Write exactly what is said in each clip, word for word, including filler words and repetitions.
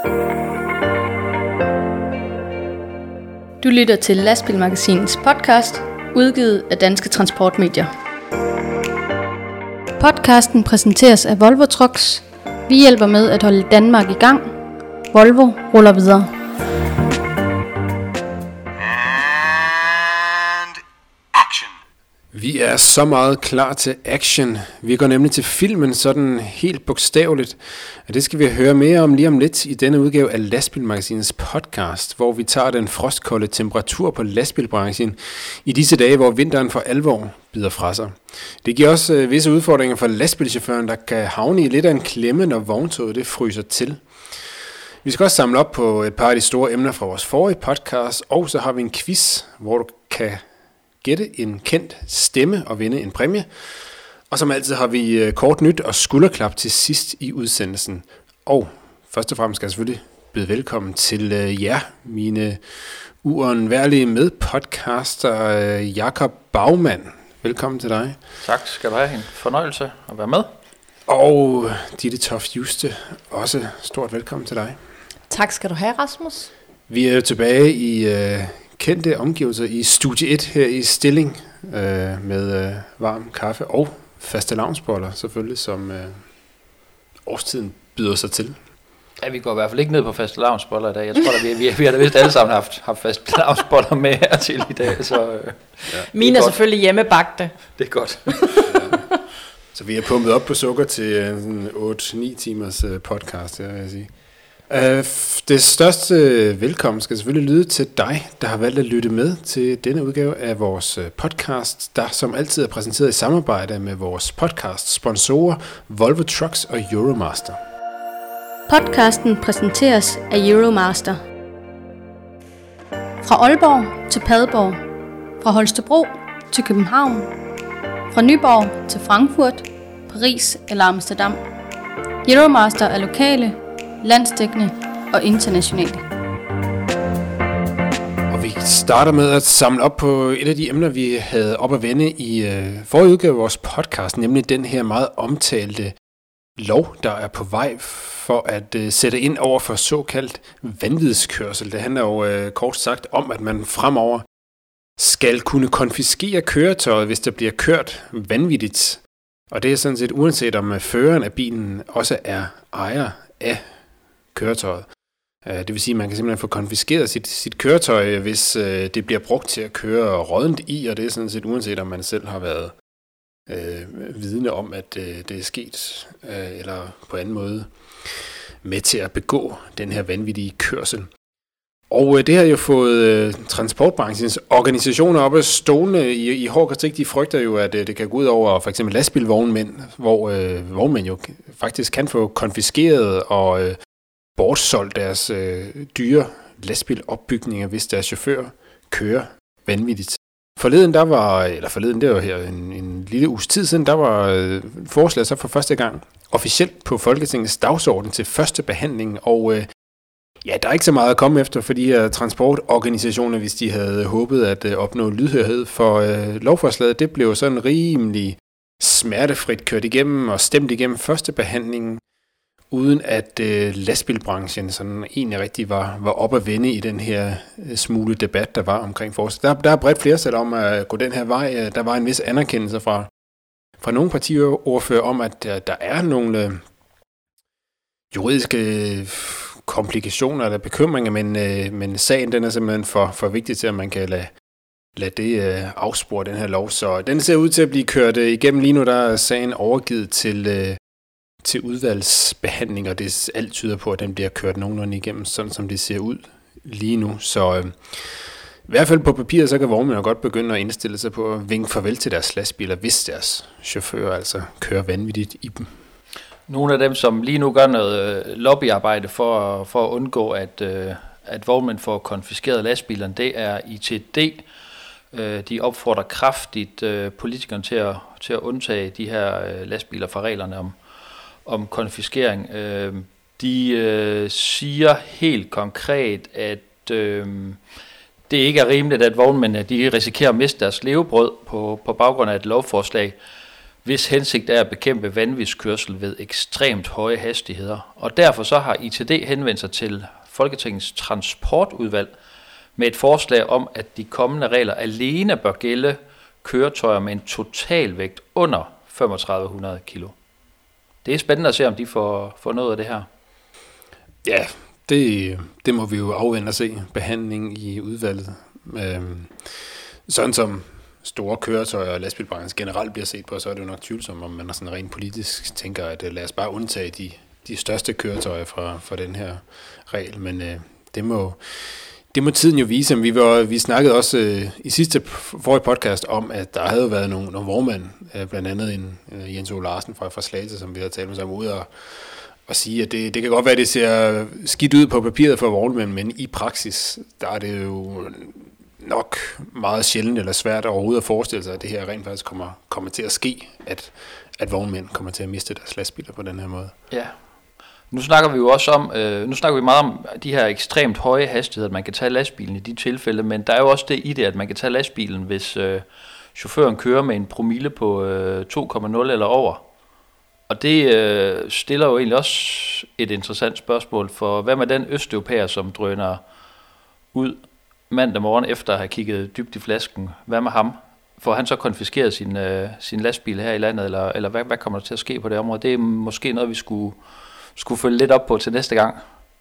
Du lytter til Lastbilmagasinets podcast, udgivet af Danske Transportmedier. Podcasten præsenteres af Volvo Trucks. Vi hjælper med at holde Danmark i gang. Volvo ruller videre. Vi er så meget klar til action. Vi går nemlig til filmen sådan helt bogstaveligt. Og det skal vi høre mere om lige om lidt i denne udgave af Lastbilmagasinets podcast, hvor vi tager den frostkolde temperatur på lastbilbranchen i disse dage, hvor vinteren for alvor bider fra sig. Det giver også øh, visse udfordringer for lastbilchaufføren, der kan havne i lidt af en klemme, når vogntoget det fryser til. Vi skal også samle op på et par af de store emner fra vores forrige podcast, og så har vi en quiz, hvor du kan gætte en kendt stemme og vinde en præmie. Og som altid har vi kort nyt og skulderklap til sidst i udsendelsen. Og først og fremmest skal jeg selvfølgelig byde velkommen til jer, mine uundværlige medpodcaster, Jakob Baumann. Velkommen til dig. Tak skal du have. En fornøjelse at være med. Og Ditte Toft Juste, også stort velkommen til dig. Tak skal du have, Rasmus. Vi er jo tilbage i øh, kendte omgivelser i studie et her i Stilling øh, med øh, varm kaffe og fastelavnsboller selvfølgelig, som øh, årstiden byder sig til. Ja, vi går i hvert fald ikke ned på fastelavnsboller i dag. Jeg tror, at vi, vi, vi har da vist alle sammen haft, haft fastelavnsboller med hertil i dag. Så, øh, ja. Mine er selvfølgelig hjemmebagte. Det er godt. Ja. Så vi er pumpet op på sukker til en otte ni timers podcast, jeg vil sige. Uh, det største velkommen skal selvfølgelig lyde til dig, der har valgt at lytte med til denne udgave af vores podcast, der som altid er præsenteret i samarbejde med vores podcast-sponsorer Volvo Trucks og Euromaster. Podcasten præsenteres af Euromaster. Fra Aalborg til Padborg, fra Holstebro til København, fra Nyborg til Frankfurt, Paris eller Amsterdam. Euromaster er lokale, landsdækkende og internationale. Og vi starter med at samle op på et af de emner, vi havde op at vende i øh, forrige udgave af vores podcast, nemlig den her meget omtalte lov, der er på vej for at øh, sætte ind over for såkaldt vanvidskørsel. Det handler jo øh, kort sagt om, at man fremover skal kunne konfiskere køretøjet, hvis der bliver kørt vanvittigt. Og det er sådan set uanset om føreren af bilen også er ejer af køretøjet. Det vil sige, at man kan simpelthen få konfiskeret sit, sit køretøj, hvis det bliver brugt til at køre råddent i, og det er sådan set uanset om man selv har været øh, vidne om, at øh, det er sket, øh, eller på anden måde med til at begå den her vanvittige kørsel. Og øh, det har jo fået øh, transportbranchens organisationer op at stående i, i hård kritik. De frygter jo, at øh, det kan gå ud over for eksempel lastbilvognmænd, hvor øh, vognmænd jo faktisk kan få konfiskeret og øh, bortsolgt deres øh, dyre lastbilopbygninger, hvis deres chauffør kører vanvittigt. Forleden, der var, eller forleden, det var her en, en lille uges tid siden, der var øh, forslaget så for første gang officielt på Folketingets dagsorden til første behandling, og øh, ja, der er ikke så meget at komme efter for de her transportorganisationer, hvis de havde håbet at øh, opnå lydhørhed for øh, lovforslaget. Det blev sådan rimelig smertefrit kørt igennem og stemt igennem første behandling, uden at øh, lastbilbranchen sådan egentlig rigtig var, var op at vende i den her øh, smule debat, der var omkring forslaget. Der, der er bredt flertal om at gå den her vej. Der var en vis anerkendelse fra, fra nogle partiordfører om, at der, der er nogle øh, juridiske komplikationer eller bekymringer, men, øh, men sagen den er simpelthen for, for vigtig til, at man kan lade, lade det øh, afspore den her lov. Så den ser ud til at blive kørt øh, igennem lige nu, der er sagen overgivet til, øh, til udvalgsbehandling, og det alt tyder på, at den bliver kørt nogenlunde igennem, sådan som det ser ud lige nu. Så øh, i hvert fald på papiret, så kan vognmændene godt begynde at indstille sig på at vinke farvel til deres lastbiler, hvis deres chauffører altså kører vanvittigt i dem. Nogle af dem, som lige nu gør noget lobbyarbejde for, for at undgå, at, at vognmænd får konfiskeret lastbilerne, det er I T D. De opfordrer kraftigt politikerne til at, til at undtage de her lastbiler fra reglerne om, om konfiskering. De siger helt konkret, at det ikke er rimeligt, at vognmændene de risikerer at miste deres levebrød på, på baggrund af et lovforslag, hvis hensigt er at bekæmpe vanvidskørsel ved ekstremt høje hastigheder. Og derfor så har I T D henvendt sig til Folketingets transportudvalg med et forslag om, at de kommende regler alene bør gælde køretøjer med en totalvægt under femogtredive hundrede kilo. Det er spændende at se, om de får, får noget af det her. Ja, det, det må vi jo afvente og se. Behandling i udvalget. Øhm, sådan som store køretøjer og lastbilbranchen generelt bliver set på, så er det jo nok tvivlsomt, om man sådan rent politisk tænker, at lad os bare undtage de, de største køretøjer fra, fra den her regel. Men øh, det må... Det må tiden jo vise. Vi, var, vi snakkede også øh, i sidste forrige podcast om, at der havde været nogle, nogle vormænd, øh, blandt andet en øh, Jens O. Larsen fra, fra Slagelse, som vi havde talt med sammen ud og, og sige, at det, det kan godt være, at det ser skidt ud på papiret for vognmænd, men i praksis, der er det jo nok meget sjældent eller svært overhovedet at forestille sig, at det her rent faktisk kommer, kommer til at ske, at, at vognmænd kommer til at miste deres lastbiler på den her måde. Ja. Nu snakker vi jo også om, øh, nu snakker vi meget om de her ekstremt høje hastigheder, at man kan tage lastbilen i de tilfælde, men der er jo også det i det, at man kan tage lastbilen, hvis øh, chaufføren kører med en promille på øh, to komma nul eller over. Og det øh, stiller jo egentlig også et interessant spørgsmål, for hvad med den østeuropæer, som drøner ud mandag morgen efter at have kigget dybt i flasken? Hvad med ham? Får han så konfiskeret sin, øh, sin lastbil her i landet, eller, eller hvad, hvad kommer der til at ske på det område? Det er måske noget, vi skulle... skulle følge lidt op på til næste gang.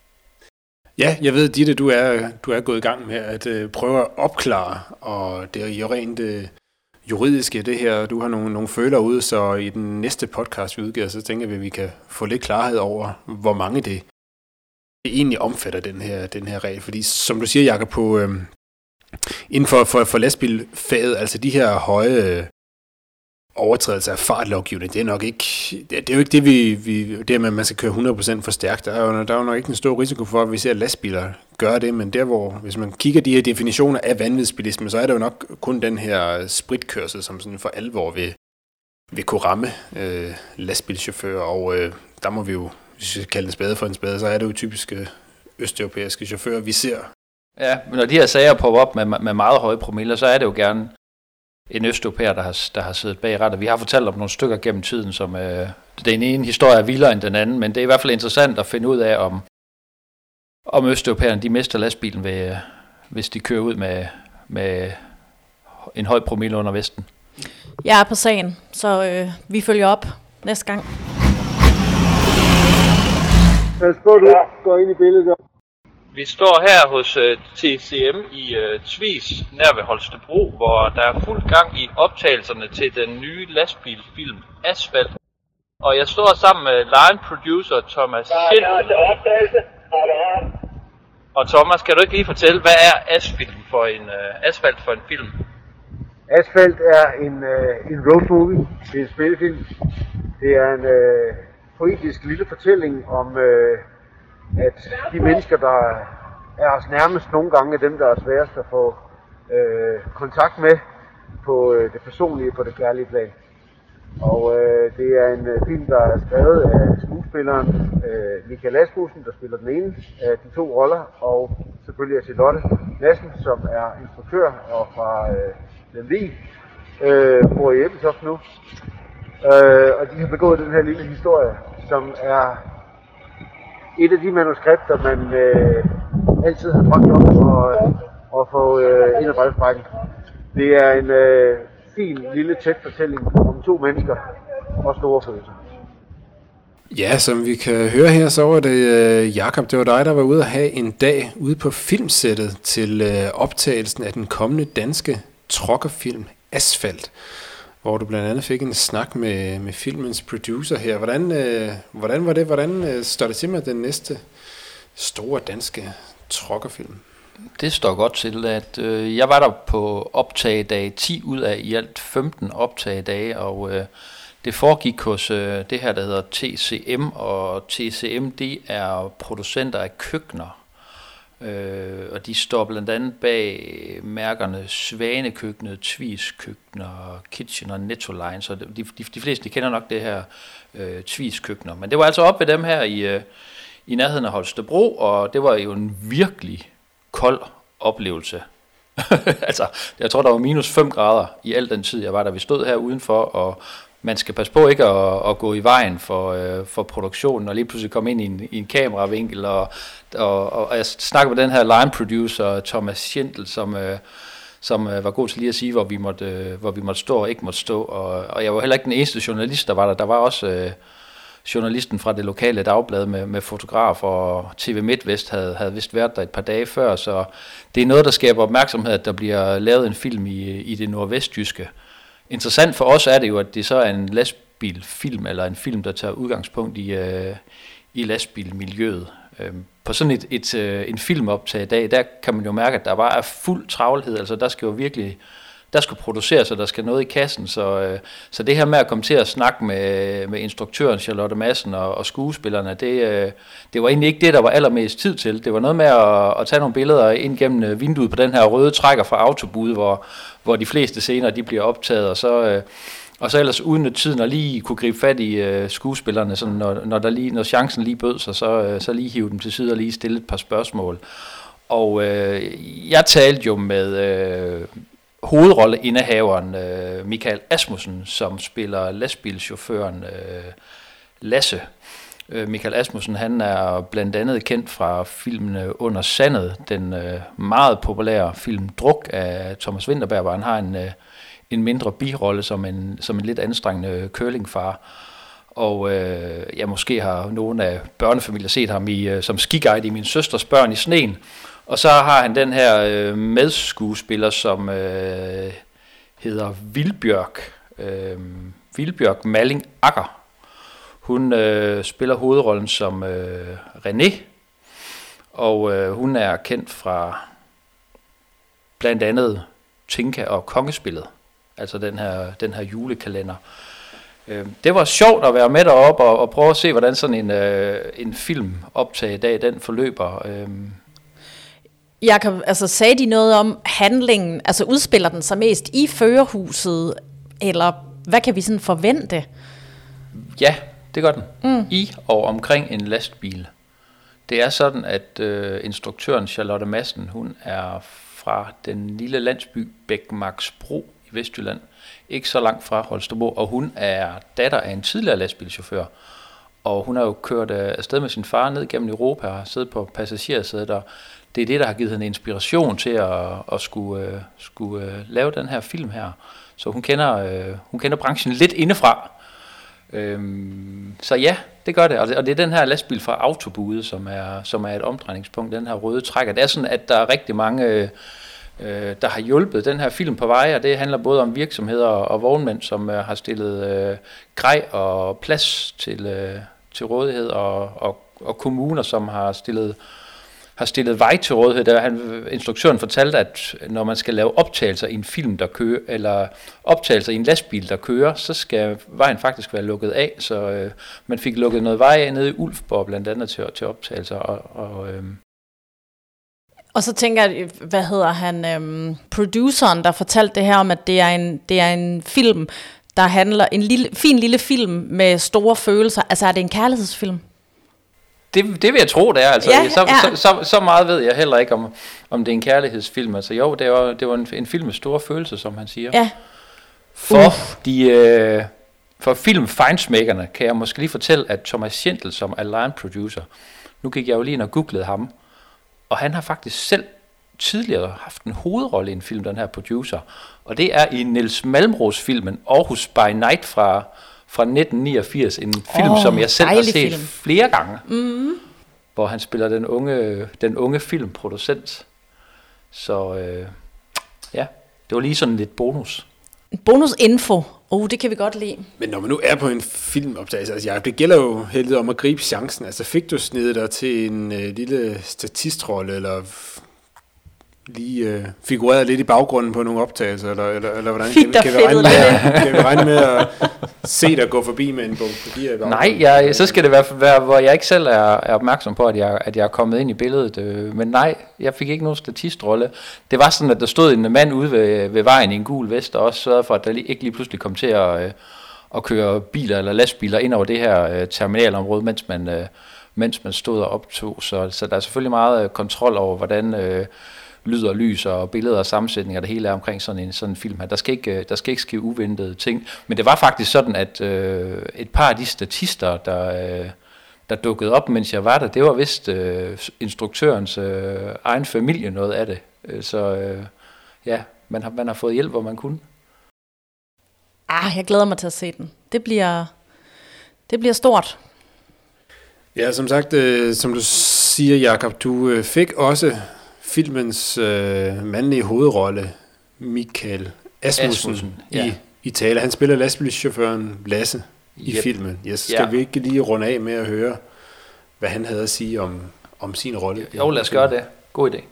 Ja, jeg ved, Ditte, du er, du er gået i gang med at øh, prøve at opklare, og det er jo rent øh, juridiske det her. Du har nogle, nogle føler ude, så i den næste podcast, vi udgiver, så tænker vi, at vi kan få lidt klarhed over, hvor mange det, det egentlig omfatter, den her, den her regel. Fordi som du siger, Jakob, på, øh, inden for, for, for lastbilfaget, altså de her høje... Øh, overtrædelse af fartlovgivning, det er nok ikke, det, det er jo ikke det, vi, vi det med, at man skal køre hundrede procent for stærkt. Der er, jo, der er jo nok ikke en stor risiko for, at vi ser lastbiler gøre det, men der hvor, hvis man kigger de her definitioner af vanvidsbilisme, så er det jo nok kun den her spritkørsel, som sådan for alvor vil, vil kunne ramme øh, lastbilchauffører, og øh, der må vi jo, hvis vi kalder en spade for en spade, så er det jo typiske østeuropæiske chauffører, vi ser. Ja, men når de her sager popper op med, med meget høje promiller, så er det jo gerne en østeuropæer, der har, der har siddet bag rattet. Vi har fortalt om nogle stykker gennem tiden, som øh, den ene historie er vildere end den anden, men det er i hvert fald interessant at finde ud af, om, om østeuropæerne de mister lastbilen, ved, hvis de kører ud med, med en høj promille under vesten. Jeg er på sagen, så øh, vi følger op næste gang. Pas på, du går ind i billedet. Vi står her hos uh, T C M i uh, Tvis, nær ved Holstebro, hvor der er fuld gang i optagelserne til den nye lastbilfilm Asfalt. Og jeg står sammen med line producer Thomas Schild. Og Thomas, kan du ikke lige fortælle, hvad er Asfalt for en, uh, Asfalt for en film? Asfalt er en, uh, en road movie, det er en spillefilm. Det er en uh, poetisk lille fortælling om... Uh, at de mennesker, der er os nærmest nogle gange, er dem, der er sværest at få øh, kontakt med på øh, det personlige, på det kærlige plan. Og øh, det er en øh, film, der er skrevet af skuespilleren øh, Michael Asmussen, der spiller den ene af de to roller, og selvfølgelig af Charlotte Madsen, som er instruktør og fra øh, Lemvig, øh, bor i Ebeltoft nu. Øh, og de har begået den her lille historie, som er et af de manuskripter, man øh, altid har drømt om at, at få øh, ind ad brevsprækken. Det er en øh, fin, lille, tæt fortælling om to mennesker og store følelser. Ja, som vi kan høre her, så var det øh, Jakob, det var dig, der var ude at have en dag ude på filmsættet til øh, optagelsen af den kommende danske truckerfilm Asfalt, hvor du blandt andet fik en snak med, med filmens producer her. Hvordan, øh, hvordan var det? Hvordan øh, står det til med den næste store danske truckerfilm? Det står godt til, at øh, jeg var der på optagedag ti ud af i alt femten optagedage, og øh, det foregik hos øh, det her, der hedder T C M, og T C M, det er producenter af køkkener. Øh, og de står blandt andet bag mærkerne Svanekøkkenet, Tvis Køkkener, Kitchen og Netto Line, så de, de, de fleste de kender nok det her øh, Tvis Køkkener. Men det var altså op ved dem her i, øh, i nærheden af Holstebro, og det var jo en virkelig kold oplevelse. Altså, jeg tror, der var minus fem grader i al den tid, jeg var der. Vi stod her udenfor, og man skal passe på ikke at, at gå i vejen for, øh, for produktionen, og lige pludselig komme ind i en, i en kameravinkel, og, og, og jeg snakker med den her line producer, Thomas Schintel, som, øh, som øh, var god til lige at sige, hvor vi måtte, øh, hvor vi måtte stå og ikke måtte stå, og, og jeg var heller ikke den eneste journalist, der var der. Der var også øh, journalisten fra det lokale dagblad med, med fotograf, og T V MidtVest havde, havde vist været der et par dage før, så det er noget, der skaber opmærksomhed, at der bliver lavet en film i, i det nordvestjyske. Interessant for os er det jo, at det så er en lastbilfilm, eller en film, der tager udgangspunkt i, øh, i lastbilmiljøet. Øh, på sådan et, et, øh, en filmoptag i dag, der kan man jo mærke, at der bare er fuld travlhed, altså der skal jo virkelig, der skal produceres, og der skal noget i kassen, så, øh, så det her med at komme til at snakke med, med instruktøren Charlotte Madsen og, og skuespillerne, det, øh, det var egentlig ikke det, der var allermest tid til. Det var noget med at, at tage nogle billeder ind gennem vinduet på den her røde trækker fra autobud, hvor, hvor de fleste scener de bliver optaget, og så, øh, og så ellers uden tiden at lige kunne gribe fat i øh, skuespillerne, sådan når, når, der lige, når chancen lige bød sig, så, øh, så lige hive dem til side og lige stille et par spørgsmål. Og øh, jeg talte jo med øh, hovedrolleindehaveren øh, Michael Asmussen, som spiller lastbilchaufføren øh, Lasse. Øh, Michael Asmussen, han er blandt andet kendt fra filmen Under Sandet, den øh, meget populære film Druk af Thomas Vinterberg, hvor han har en, øh, en mindre birolle som en, som en lidt anstrengende curlingfar. Og øh, ja, måske har nogen af børnefamilier set ham i, øh, som skiguide i Min Søsters Børn i Sneen. Og så har han den her øh, medskuespiller, som øh, hedder Vilbjørk, øh, Vilbjørk Malling Akker. Hun øh, spiller hovedrollen som øh, René, og øh, hun er kendt fra blandt andet Tinka og Kongespillet, altså den her, den her julekalender. Øh, det var sjovt at være med deroppe og, og prøve at se, hvordan sådan en, øh, en filmoptag i dag, den forløber. Øh, Jeg kan, altså, sagde de noget om handlingen, altså udspiller den sig mest i førerhuset, eller hvad kan vi sådan forvente? Ja, det gør den. Mm. I og omkring en lastbil. Det er sådan, at øh, instruktøren Charlotte Madsen, hun er fra den lille landsby Bækmarksbro i Vestjylland, ikke så langt fra Holstebro, og hun er datter af en tidligere lastbilchauffør. Og hun har jo kørt afsted med sin far ned gennem Europa og siddet på passagersædet, og det er det, der har givet hende inspiration til at, at skulle, uh, skulle uh, lave den her film her. Så hun kender, uh, hun kender branchen lidt indefra. Øhm, så ja, det gør det. Og, det. og det er den her lastbil fra autobude, som er, som er et omdrejningspunkt, den her røde trækker. Det er sådan, at der er rigtig mange, uh, der har hjulpet den her film på vej, og det handler både om virksomheder og vognmænd, som uh, har stillet uh, grej og plads til, uh, til rådighed, og, og, og kommuner, som har stillet har stillet vej til rådighed. Der han, instruktøren fortalte, at når man skal lave optagelser i en film, der kører, eller optagelser i en lastbil, der kører, så skal vejen faktisk være lukket af. Så øh, man fik lukket noget vej af nede i Ulfborg, blandt andet til, til optagelser. Og, og, øh. og så tænker jeg, hvad hedder han, øhm, produceren, der fortalte det her om, at det er en, det er en film, der handler, en lille, fin lille film med store følelser. Altså er det en kærlighedsfilm? Det, det vil jeg tro, det er. Altså, ja, så, ja. Så, så, så meget ved jeg heller ikke, om, om det er en kærlighedsfilm. Altså jo, det var, det var en, en film med store følelser, som han siger. Ja. For, de, øh, for filmfejnsmækkerne kan jeg måske lige fortælle, at Thomas Schintel, som er line producer, nu gik jeg jo lige ind og googlede ham, og han har faktisk selv tidligere haft en hovedrolle i en film, den her producer, og det er i Niels Malmros filmen Aarhus by Night fra fra nitten niogfirs, en film, oh, som jeg selv har set film. flere gange, mm. hvor han spiller den unge, den unge filmproducent. Så øh, ja, det var lige sådan lidt bonus. Bonusinfo. Oh, det kan vi godt lide. Men når man nu er på en filmoptagelse, altså ja, det gælder jo heldigt om at gribe chancen. Altså fik du snedet dig til en øh, lille statistrolle, eller lige øh, figureret lidt i baggrunden på nogle optagelser, eller, eller, eller hvordan kan, kan, vi regne med, kan vi regne med at se dig gå forbi med en bunke papir? Nej, jeg, så skal det være, være, hvor jeg ikke selv er, er opmærksom på, at jeg, at jeg er kommet ind i billedet. Øh, men nej, jeg fik ikke nogen statistrolle. Det var sådan, at der stod en mand ude ved, ved vejen i en gul vest, og også sørgede for, at der lige, ikke lige pludselig kom til at, øh, at køre biler eller lastbiler ind over det her øh, terminalområde, mens man, øh, mens man stod og optog. Så, så der er selvfølgelig meget kontrol over, hvordan... Øh, lyd og lys og billeder og sammensætninger, det hele er omkring sådan en sådan en film her. Der skal ikke, der skal ikke ske uventede ting. Men det var faktisk sådan, at øh, et par af de statister, der, øh, der dukkede op, mens jeg var der, det var vist øh, instruktørens øh, egen familie noget af det. Så øh, ja, man har, man har fået hjælp, hvor man kunne. Ah, jeg glæder mig til at se den. Det bliver, det bliver stort. Ja, som sagt, øh, som du siger, Jakob, du øh, fik også filmens øh, mandlige hovedrolle, Michael Asmussen, Asmussen ja. i, i tale. Han spiller lastbilchaufføren Lasse i yep. filmen. Yes. Skal ja. vi ikke lige runde af med at høre, hvad han havde at sige om, om sin rolle? Jo, lad os gøre det. God idé.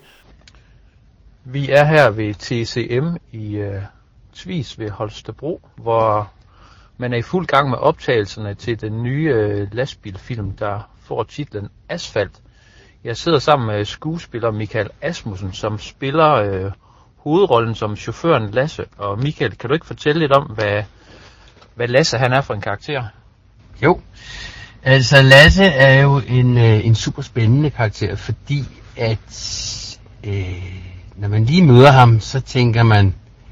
Vi er her ved T C M i øh, Tvis ved Holstebro, hvor man er i fuld gang med optagelserne til den nye øh, lastbilfilm, der får titlen Asfalt. Jeg sidder sammen med skuespiller Michael Asmussen, som spiller øh, hovedrollen som chaufføren Lasse. Og Michael, kan du ikke fortælle lidt om, hvad, hvad Lasse han er for en karakter? Jo, altså Lasse er jo en, øh, en super spændende karakter, fordi at øh, når man lige møder ham, så tænker man,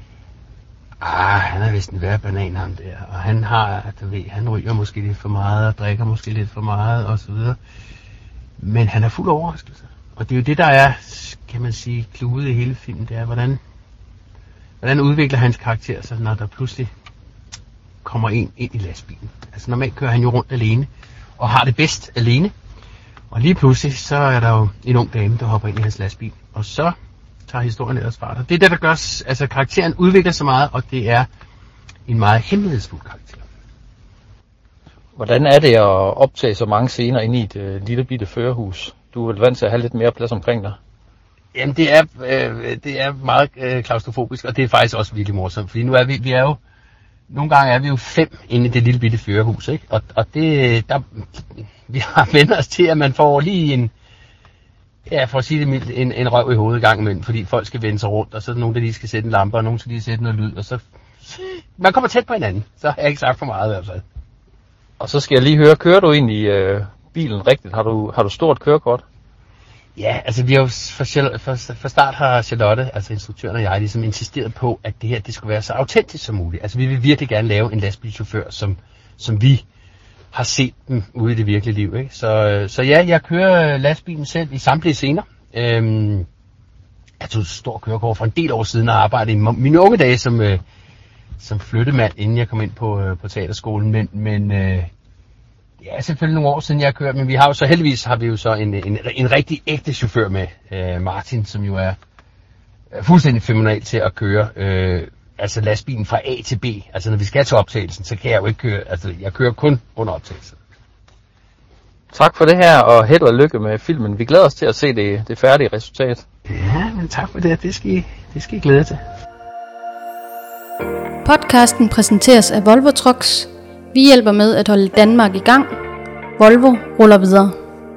ah, han er vist en værre banan ham der, og han har, du ved, han ryger måske lidt for meget, og drikker måske lidt for meget, og så videre. Men han er fuld af overraskelse. Og det er jo det, der er, kan man sige, kludet i hele filmen, det er, hvordan, hvordan udvikler hans karakter sig, når der pludselig kommer en ind i lastbilen. Altså normalt kører han jo rundt alene, og har det bedst alene. Og lige pludselig, så er der jo en ung dame, der hopper ind i hans lastbil, og så tager historien ellers fart. Det er det, der gør, altså karakteren udvikler sig meget, og det er en meget hemmelighedsfuld karakter. Hvordan er det at optage så mange scener inde i et øh, lille bitte førerhus? Du er vel vant til at have lidt mere plads omkring dig? Jamen det er, øh, det er meget øh, klaustrofobisk, og det er faktisk også virkelig morsomt, fordi nu er vi, vi er jo, nogle gange er vi jo fem inde i det lille bitte førerhus, ikke? Og, og det, der, vi har vendt os til, at man får lige en, ja, for at sige det mildt, en, en røv i hovedet gang imellem, fordi folk skal vende sig rundt, og så er der nogen, der lige skal sætte en lampe, og nogen skal lige sætte noget lyd, og så, man kommer tæt på hinanden, så har jeg ikke sagt for meget i hvert fald. Og så skal jeg lige høre, kører du egentlig øh, bilen rigtigt? Har du, har du stort kørekort? Ja, altså vi har jo for, for, for start har Charlotte, altså instruktøren og jeg, ligesom insisteret på, at det her, det skulle være så autentisk som muligt. Altså vi vil virkelig gerne lave en lastbilchauffør, som, som vi har set dem ude i det virkelige liv, ikke? Så, så ja, jeg kører lastbilen selv i samtlige scener. Øhm, jeg tog et stort kørekort for en del år siden og arbejdede i mine unge dage som, øh, som flyttemand, inden jeg kom ind på, øh, på teaterskolen. Men, men øh, det er selvfølgelig nogle år siden, jeg har kørt, men vi har jo så heldigvis har vi jo så en, en, en rigtig ægte chauffør med, øh, Martin, som jo er, er fuldstændig fænomenal til at køre øh, altså lastbilen fra A til B. Altså når vi skal til optagelsen, så kan jeg jo ikke køre, altså jeg kører kun under optagelsen. Tak for det her, og held og lykke med filmen. Vi glæder os til at se det, det færdige resultat. Ja, men tak for det. Det skal I, det skal I glæde til. Podcasten præsenteres af Volvo Trucks. Vi hjælper med at holde Danmark i gang. Volvo ruller videre.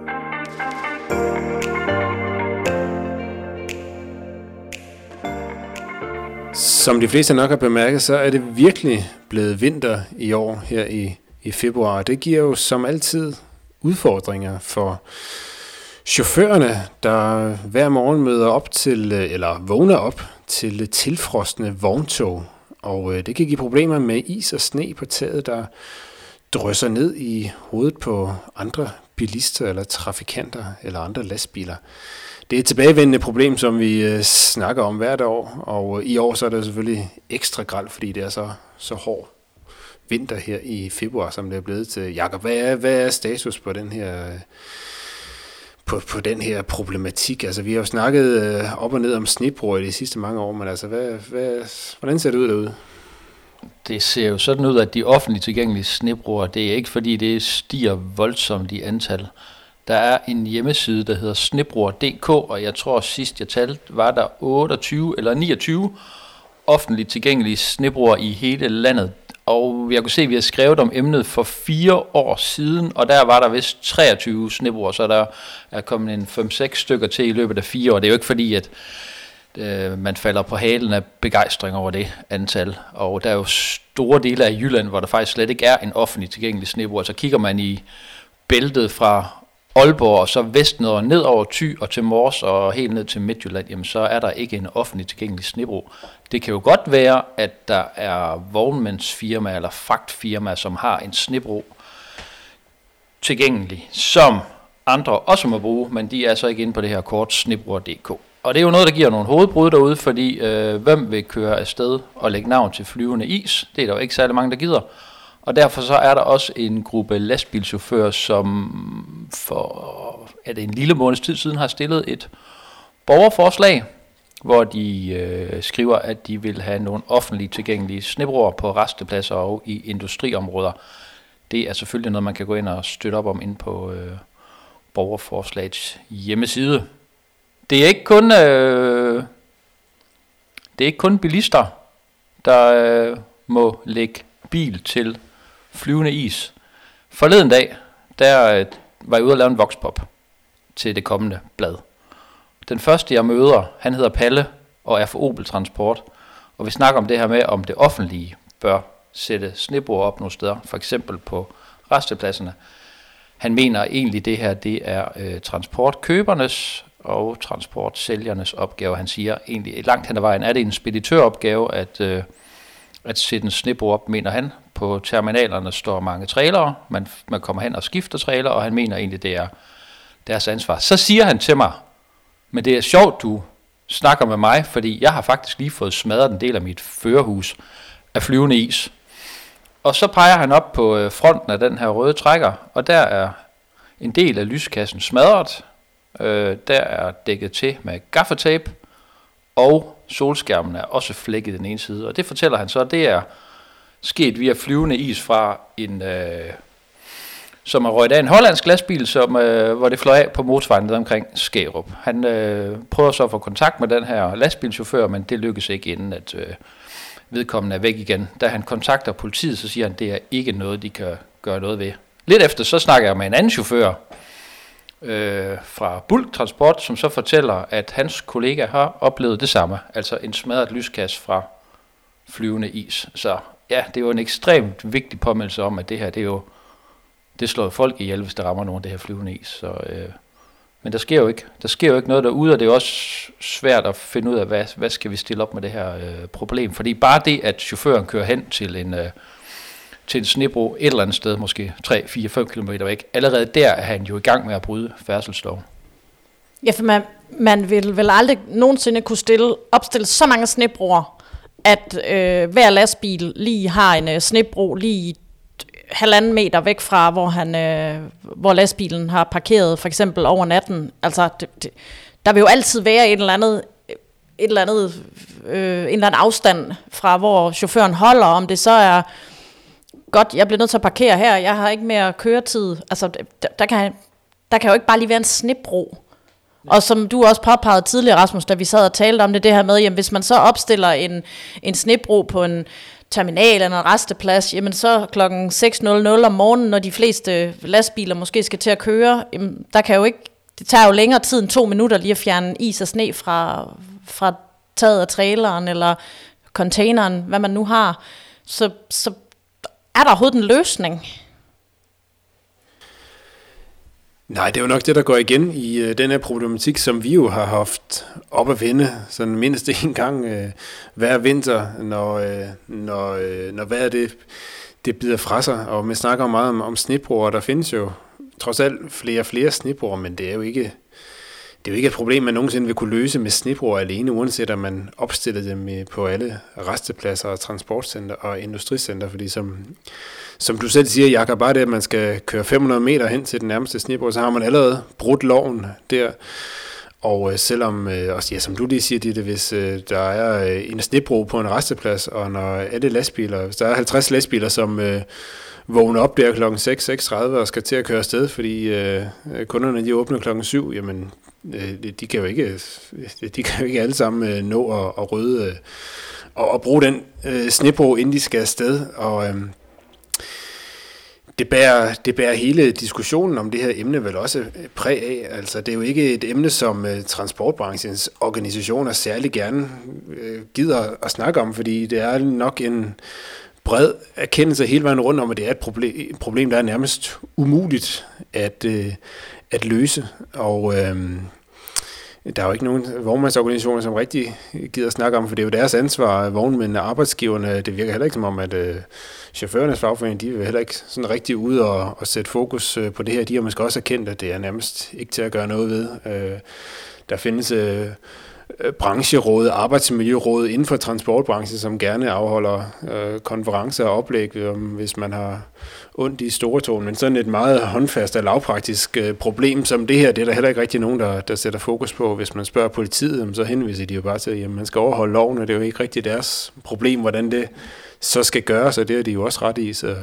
Som de fleste nok har bemærket, så er det virkelig blevet vinter i år her i, i februar. Det giver jo som altid udfordringer for chaufførerne, der hver morgen møder op til, eller vågner op til tilfrostende vogntog. Og det kan give problemer med is og sne på taget, der drysser ned i hovedet på andre bilister eller trafikanter eller andre lastbiler. Det er et tilbagevendende problem, som vi øh, snakker om hvert år, og i år så er det selvfølgelig ekstra grelt, fordi det er så, så hård vinter her i februar, som det er blevet til. Jakob, hvad er, hvad er status på den her på, på den her problematik? Altså, vi har jo snakket øh, op og ned om snebroer i de sidste mange år, men altså, hvad, hvad, hvordan ser det ud derude? Det ser jo sådan ud, at de offentligt tilgængelige snebroer, det er ikke fordi det stiger voldsomt i antal. Der er en hjemmeside, der hedder snebroer punktum d k, og jeg tror sidst jeg talte, var der otteogtyve eller niogtyve offentligt tilgængelige snebroer i hele landet. Og jeg kunne se, at vi har skrevet om emnet for fire år siden, og der var der vist treogtyve snebroer, så der er kommet en fem seks stykker til i løbet af fire år. Det er jo ikke fordi, at øh, man falder på halen af begejstring over det antal. Og der er jo store dele af Jylland, hvor der faktisk slet ikke er en offentlig tilgængelig snebro. Så kigger man i bæltet fra Aalborg, og så vest ned og ned over Thy og til Mors og helt ned til Midtjylland, jamen så er der ikke en offentlig tilgængelig snebro. Det kan jo godt være, at der er vognmandsfirmaer eller fragtfirmaer, som har en snebro tilgængelig, som andre også må bruge, men de er så ikke inde på det her kort snebroer punktum d k. Og det er jo noget, der giver nogle hovedbrud derude, fordi øh, hvem vil køre afsted og lægge navn til flyvende is? Det er der jo ikke særlig mange, der gider. Og derfor så er der også en gruppe lastbilchauffører, som for er det en lille måneds tid siden har stillet et borgerforslag, hvor de øh, skriver, at de vil have nogle offentligt tilgængelige snebroer på rastepladser og i industriområder. Det er selvfølgelig noget, man kan gå ind og støtte op om inde på øh, borgerforslagets hjemmeside. Det er ikke kun øh, det er ikke kun bilister, der øh, må lægge bil til flyvende is. Forleden dag, der øh, var jeg ude og lave en voxpop til det kommende blad. Den første, jeg møder, han hedder Palle og er for Opel Transport. Og vi snakker om det her med, om det offentlige bør sætte snebroer op nogle steder, for eksempel på rastepladserne. Han mener egentlig, det her det er øh, transportkøbernes og transportsælgernes opgave. Han siger egentlig, langt hen ad vejen er det en speditøropgave at, øh, at sætte en snebro op, mener han. På terminalerne står mange trailere, man, man kommer hen og skifter trailer, og han mener egentlig, det er deres ansvar. Så siger han til mig, men det er sjovt, du snakker med mig, fordi jeg har faktisk lige fået smadret en del af mit førerhus af flyvende is. Og så peger han op på fronten af den her røde trækker, og der er en del af lyskassen smadret. Øh, der er dækket til med gaffatape, og solskærmen er også flækket den ene side. Og det fortæller han så, det er sket via flyvende is fra en, øh, som er røget af en hollandsk lastbil, som, øh, hvor det fløj af på motorvejen ned omkring Skærup. Han øh, prøver så at få kontakt med den her lastbilchauffør, men det lykkes ikke, inden at øh, vedkommende er væk igen. Da han kontakter politiet, så siger han, at det er ikke noget, de kan gøre noget ved. Lidt efter, så snakker jeg med en anden chauffør øh, fra Bulk Transport, som så fortæller, at hans kollega har oplevet det samme, altså en smadret lyskasse fra flyvende is. Så ja, det er jo en ekstremt vigtig påmeldelse om, at det her, det er jo, det slår folk ihjel, hvis der rammer nogen af det her flyvende is. Så, øh, men der sker jo ikke, der sker jo ikke noget derude, og det er også svært at finde ud af, hvad, hvad skal vi stille op med det her øh, problem. Fordi bare det, at chaufføren kører hen til en, øh, til en snebro et eller andet sted, måske tre, fire, fem kilometer væk, allerede der er han jo i gang med at bryde færdselsloven. Ja, for man, man vil vel aldrig nogensinde kunne stille, opstille så mange snebroer, at øh, hver lastbil lige har en øh, snebro lige halvanden meter væk fra, hvor han, øh, hvor lastbilen har parkeret, for eksempel over natten. Altså, det, det, der vil jo altid være et eller andet, et eller andet, øh, en eller anden afstand fra, hvor chaufføren holder, om det så er godt, jeg bliver nødt til at parkere her, jeg har ikke mere køretid. Altså, der, der, kan, der kan jo ikke bare lige være en snebro. Og som du også påpegede tidligere, Rasmus, da vi sad og talte om det, det her med, jamen hvis man så opstiller en, en snebro på en terminal eller en resteplads, jamen så klokken seks om morgenen, når de fleste lastbiler måske skal til at køre, jamen der kan jo ikke, det tager jo længere tid end to minutter lige at fjerne is og sne fra, fra taget af traileren eller containeren, hvad man nu har. Så, så er der overhovedet en løsning? Nej, det er jo nok det, der går igen i øh, den her problematik, som vi jo har haft op at vende, sådan mindst en gang øh, hver vinter, når, øh, når, øh, når vejret det, det bider fra sig. Og man snakker meget om, om snebroer, der findes jo trods alt flere og flere snebroer, men det er jo ikke, det er jo ikke et problem, man nogensinde vil kunne løse med snebroer alene, uanset om man opstiller dem på alle rastepladser og transportcenter og industricenter, fordi som... Som du selv siger, Jakob, bare det, at man skal køre fem hundrede meter hen til den nærmeste snebro, så har man allerede brudt loven der. Og øh, selvom, øh, også, ja, som du lige siger, Ditte, hvis øh, der er øh, en snebro på en resteplads, og når alle lastbiler, hvis der er halvtreds lastbiler, som øh, vågner op der klokken seks, seks tredive og skal til at køre afsted, fordi øh, kunderne de åbner klokken syv, jamen øh, de kan jo ikke, de kan jo ikke alle sammen øh, nå at, at rydde øh, og, og bruge den øh, snebro, inden de skal afsted. Og øh, Det bærer, det bærer hele diskussionen om det her emne vel også præg af. Altså, det er jo ikke et emne, som uh, transportbranchens organisationer særlig gerne uh, gider at snakke om, fordi det er nok en bred erkendelse hele vejen rundt om, at det er et problem, problem der er nærmest umuligt at, uh, at løse. Og øhm, der er jo ikke nogen vognmandsorganisationer, som rigtig gider snakke om, for det er jo deres ansvar, vognmændene, arbejdsgiverne. Det virker heller ikke som om, at øh, chaufførernes fagforening, de er heller ikke sådan rigtig ude og, og sætte fokus øh, på det her. De har måske også erkendt, at det er nærmest ikke til at gøre noget ved. Øh, der findes øh, brancheråd, arbejdsmiljøråd inden for transportbranchen, som gerne afholder øh, konferencer og oplæg, øh, hvis man har ondt i store tog. Men sådan et meget håndfast og lavpraktisk øh, problem som det her, det er der heller ikke rigtig nogen, der, der sætter fokus på. Hvis man spørger politiet, så henviser de jo bare til, at man skal overholde loven, og det er jo ikke rigtig deres problem, hvordan det så skal gøres, og det er de jo også ret i. Så,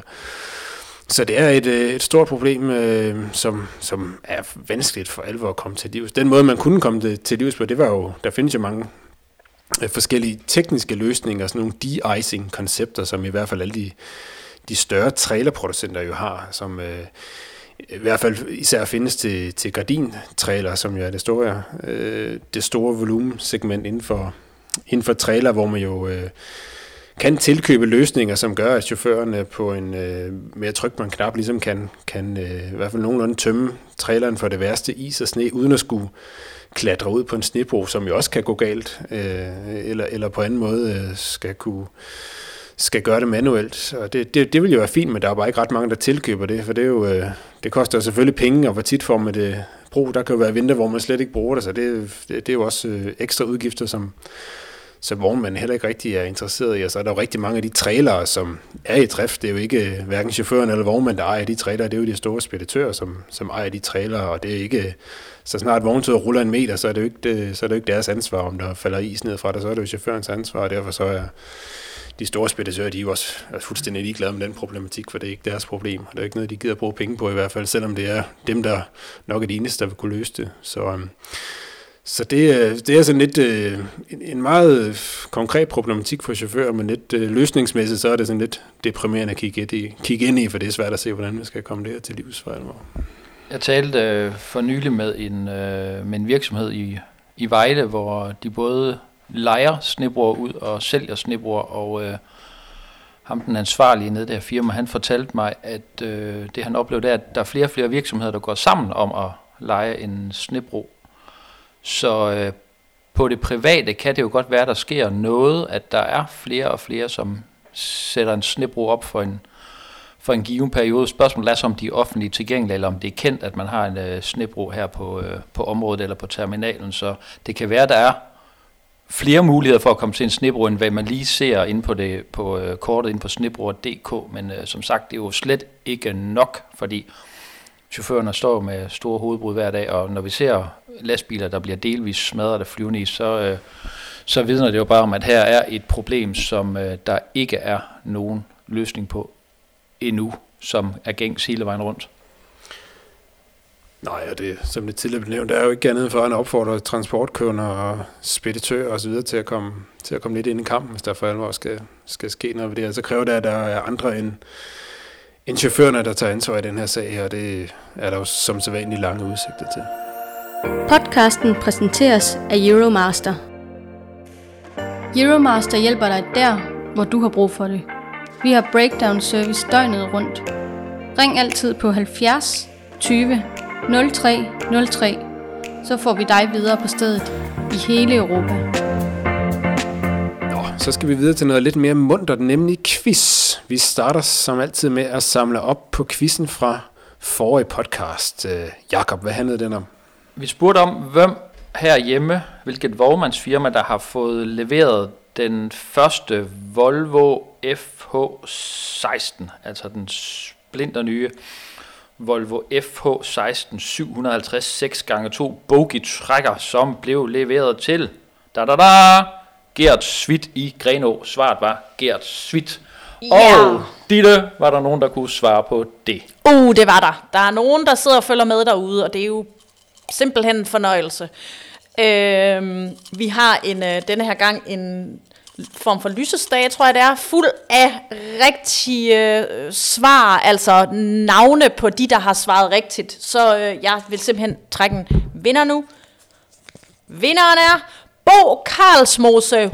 så det er et, et stort problem, øh, som, som er vanskeligt for alvor at komme til livs. Den måde, man kunne komme til, til livs på, det var jo, der findes jo mange øh, forskellige tekniske løsninger, sådan nogle de-icing-koncepter, som i hvert fald alle de, de større trailerproducenter jo har, som øh, i hvert fald især findes til, til gardintrailer, som jo er det store, øh, det store volumensegment inden for, inden for trailer, hvor man jo øh, kan tilkøbe løsninger, som gør, at chaufførerne på en øh, mere tryk på en knap ligesom kan, kan øh, i hvert fald nogenlunde tømme traileren for det værste is og sne, uden at skulle klatre ud på en snebro, som jo også kan gå galt, øh, eller, eller på anden måde øh, skal kunne skal gøre det manuelt. Og det, det, det vil jo være fint, men der er bare ikke ret mange, der tilkøber det, for det, er jo, øh, det koster selvfølgelig penge, og hvor tit får man det brug. Der kan jo være vinter, hvor man slet ikke bruger det, så det, det, det er jo også øh, ekstra udgifter, som så vognmanden heller ikke rigtig er interesseret i. Og så er der jo rigtig mange af de trailere, som er i drift. Det er jo ikke hverken chaufføren eller vognmanden, der ejer de trailere. Det er jo de store speditører, som, som ejer de trailere, og det er ikke, så snart vogntoget ruller en meter, så er det jo ikke, det, så er det jo ikke deres ansvar, om der falder is ned fra det, så er det jo chaufførens ansvar, og derfor så er de store speditører, de er jo også er fuldstændig ligeglade med den problematik, for det er ikke deres problem. Det er ikke noget, de gider bruge penge på i hvert fald, selvom det er dem, der nok er de eneste, der vil kunne løse det. Så, um, så det, det er sådan lidt uh, en meget konkret problematik for chauffører, men lidt uh, løsningsmæssigt, så er det sådan lidt deprimerende at kigge ind i, kigge ind i, for det er svært at se, hvordan man skal komme der til livs for alvor. Jeg talte uh, for nylig med en, uh, med en virksomhed i, i Vejle, hvor de både lejer snebroer ud og sælger snebroer, og øh, ham den ansvarlige nede der firma, han fortalte mig, at øh, det han oplevede, er, at der er flere og flere virksomheder, der går sammen om at leje en snebro. Så øh, på det private kan det jo godt være, at der sker noget, at der er flere og flere, som sætter en snebro op for en, for en given periode. Spørgsmålet er så, om de er offentligt tilgængelige, eller om det er kendt, at man har en øh, snebro her på, øh, på området eller på terminalen. Så det kan være, at der er flere muligheder for at komme til en snebro, end hvad man lige ser inde på, det, på uh, kortet inde på snebroer punktum d k, men uh, som sagt, det er jo slet ikke nok, fordi chaufførerne står med store hovedbrud hver dag, og når vi ser lastbiler, der bliver delvis smadret af flyvende, så, uh, så vidner det jo bare om, at her er et problem, som uh, der ikke er nogen løsning på endnu, som er gængs hele vejen rundt. Nej, og det, som det tidligere blev nævnt, der er jo ikke andet for at opfordre transportkunder og speditører og så videre til at komme, til at komme lidt ind i kampen, hvis der for alvor skal, skal ske noget ved det. Så kræver det, at der er andre end, end chaufførerne, der tager ansvar i den her sag, og det er der jo som sædvanligt lange udsigter til. Podcasten præsenteres af Euromaster. Euromaster hjælper dig der, hvor du har brug for det. Vi har breakdown service døgnet rundt. Ring altid på halvfjerds tyve nul tre nul tre, så får vi dig videre på stedet i hele Europa. Nå, så skal vi videre til noget lidt mere muntert, nemlig quiz. Vi starter som altid med at samle op på quizzen fra forrige podcast. Jakob, hvad handlede den om? Vi spurgte om, hvem herhjemme, hvilket vognmandsfirma, der har fået leveret den første Volvo F H seksten, altså den splinternye Volvo F H seksten syv halvtreds seks gange to bogie trækker, som blev leveret til da da da Gert Svit i Grenå. Svaret var Gert Svit. Yeah. Og Ditte, var der nogen, der kunne svare på det? Uh, det var der. Der er nogen, der sidder og følger med derude, og det er jo simpelthen en fornøjelse. Øh, vi har en, øh, denne her gang en form for lysestage, tror jeg det er, fuld af rigtige øh, svar, altså navne på de, der har svaret rigtigt. Så øh, jeg vil simpelthen trække en vinder nu. Vinderen er Bo Karlsmose.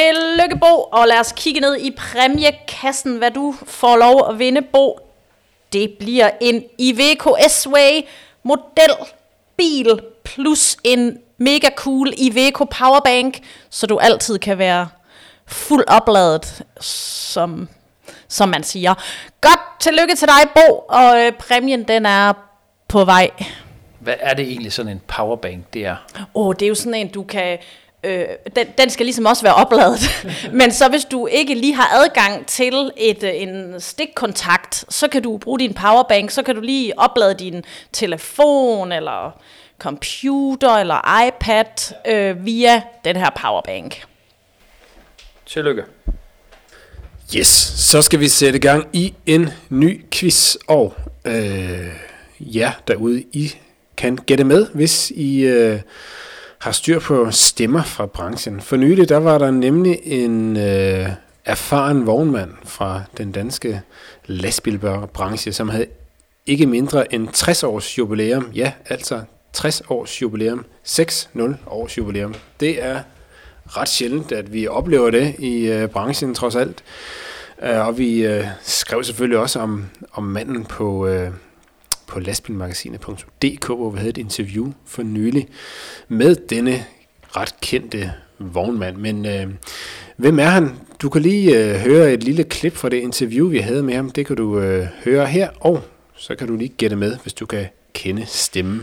Tillykke, Bo. Og lad os kigge ned i præmiekassen, hvad du får lov at vinde, Bo. det bliver en Iveco S-Way modelbil plus en mega cool Iveco powerbank, så du altid kan være fuld opladet, som, som man siger. Godt, tillykke til dig, Bo, og øh, præmien den er på vej. Hvad er det egentlig sådan en powerbank, det er? Åh, oh, det er jo sådan en, du kan... Øh, den, den skal ligesom også være opladet. Men så hvis du ikke lige har adgang til et, en stikkontakt, så kan du bruge din powerbank, så kan du lige oplade din telefon, eller computer, eller iPad, øh, via den her powerbank. Tillykke. Yes, så skal vi sætte i gang i en ny quiz, og øh, ja, derude, I kan gætte med, hvis I øh, har styr på stemmer fra branchen. For nylig, der var der nemlig en øh, erfaren vognmand fra den danske lastbilbranche, som havde ikke mindre end tres års jubilæum. Ja, altså tres års jubilæum. seks nul års jubilæum. Det er ret sjældent, at vi oplever det i øh, branchen trods alt. Uh, og vi øh, skrev selvfølgelig også om, om manden på... Øh, på lastbilmagasinet punktum d k, hvor vi havde et interview for nylig med denne ret kendte vognmand. Men øh, hvem er han? Du kan lige øh, høre et lille klip fra det interview, vi havde med ham. Det kan du øh, høre her, og så kan du lige gætte med, hvis du kan kende stemmen.